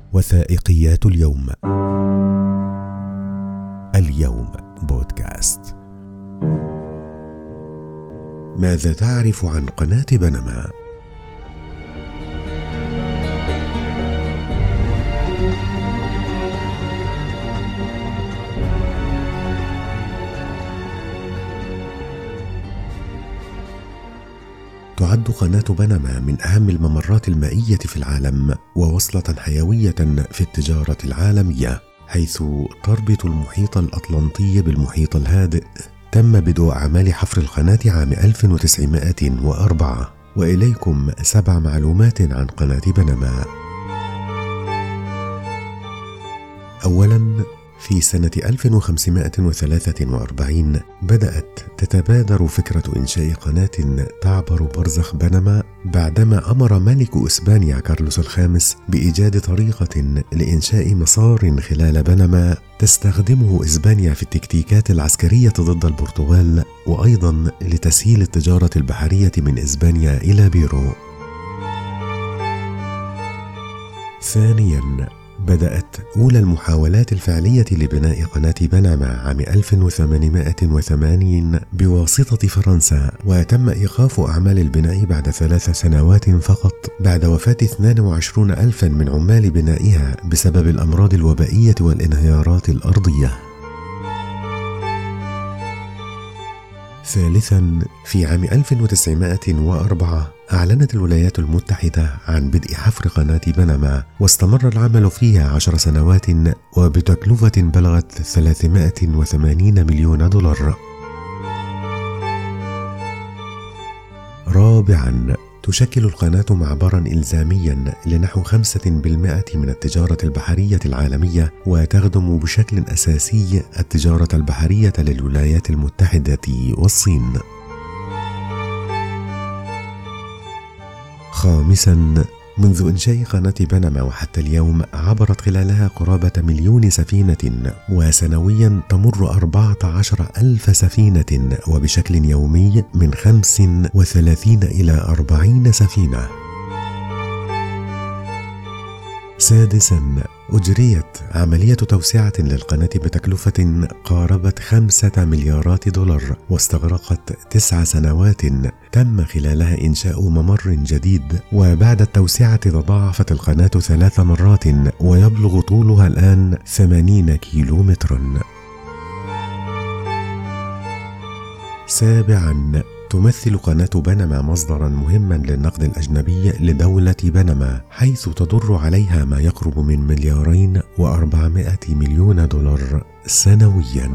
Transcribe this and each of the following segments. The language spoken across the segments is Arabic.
وثائقيات اليوم. اليوم بودكاست. ماذا تعرف عن قناة بنما؟ تعد قناة بنما من أهم الممرات المائية في العالم ووصلة حيوية في التجارة العالمية، حيث تربط المحيط الأطلنطي بالمحيط الهادئ. تم بدء أعمال حفر القناة عام 1904. وإليكم 7 معلومات عن قناة بنما. أولاً، في سنة 1543 بدأت تتبادر فكرة إنشاء قناة تعبر برزخ بنما، بعدما أمر ملك إسبانيا كارلوس الخامس بإيجاد طريقة لإنشاء مسار خلال بنما تستخدمه إسبانيا في التكتيكات العسكرية ضد البرتغال، وأيضا لتسهيل التجارة البحرية من إسبانيا إلى بيرو. ثانيا، بدأت أولى المحاولات الفعلية لبناء قناة بنما عام 1880 بواسطة فرنسا، وتم إيقاف أعمال البناء بعد 3 سنوات فقط بعد وفاة 22,000 من عمال بنائها بسبب الأمراض الوبائية والانهيارات الأرضية. ثالثاً، في عام 1904 أعلنت الولايات المتحدة عن بدء حفر قناة بنما، واستمر العمل فيها 10 سنوات وبتكلفة بلغت 380 مليون دولار. رابعاً، تشكل القناة معبراً إلزامياً لنحو 5% من التجارة البحرية العالمية، وتخدم بشكل أساسي التجارة البحرية للولايات المتحدة والصين. خامساً، منذ إنشاء قناة بنما وحتى اليوم عبرت خلالها قرابة 1,000,000 سفينة، وسنويا تمر 14,000 سفينة، وبشكل يومي من 35 إلى 40 سفينة. سادسا، أجريت عملية توسعة للقناة بتكلفة قاربت 5 مليارات دولار، واستغرقت 9 سنوات تم خلالها إنشاء ممر جديد، وبعد التوسعة تضاعفت القناة 3 مرات، ويبلغ طولها الآن 80 كيلومترا. سابعا، تمثل قناة بنما مصدرا مهما للنقد الأجنبي لدولة بنما، حيث تدر عليها ما يقرب من 2,400 مليون دولار سنويا.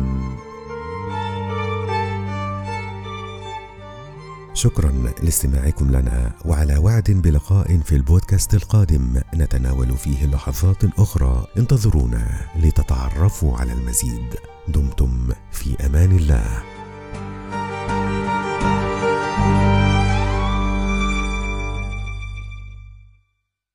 شكرا لاستماعكم لنا، وعلى وعد بلقاء في البودكاست القادم نتناول فيه لحظات أخرى. انتظرونا لتتعرفوا على المزيد. دمتم في أمان الله.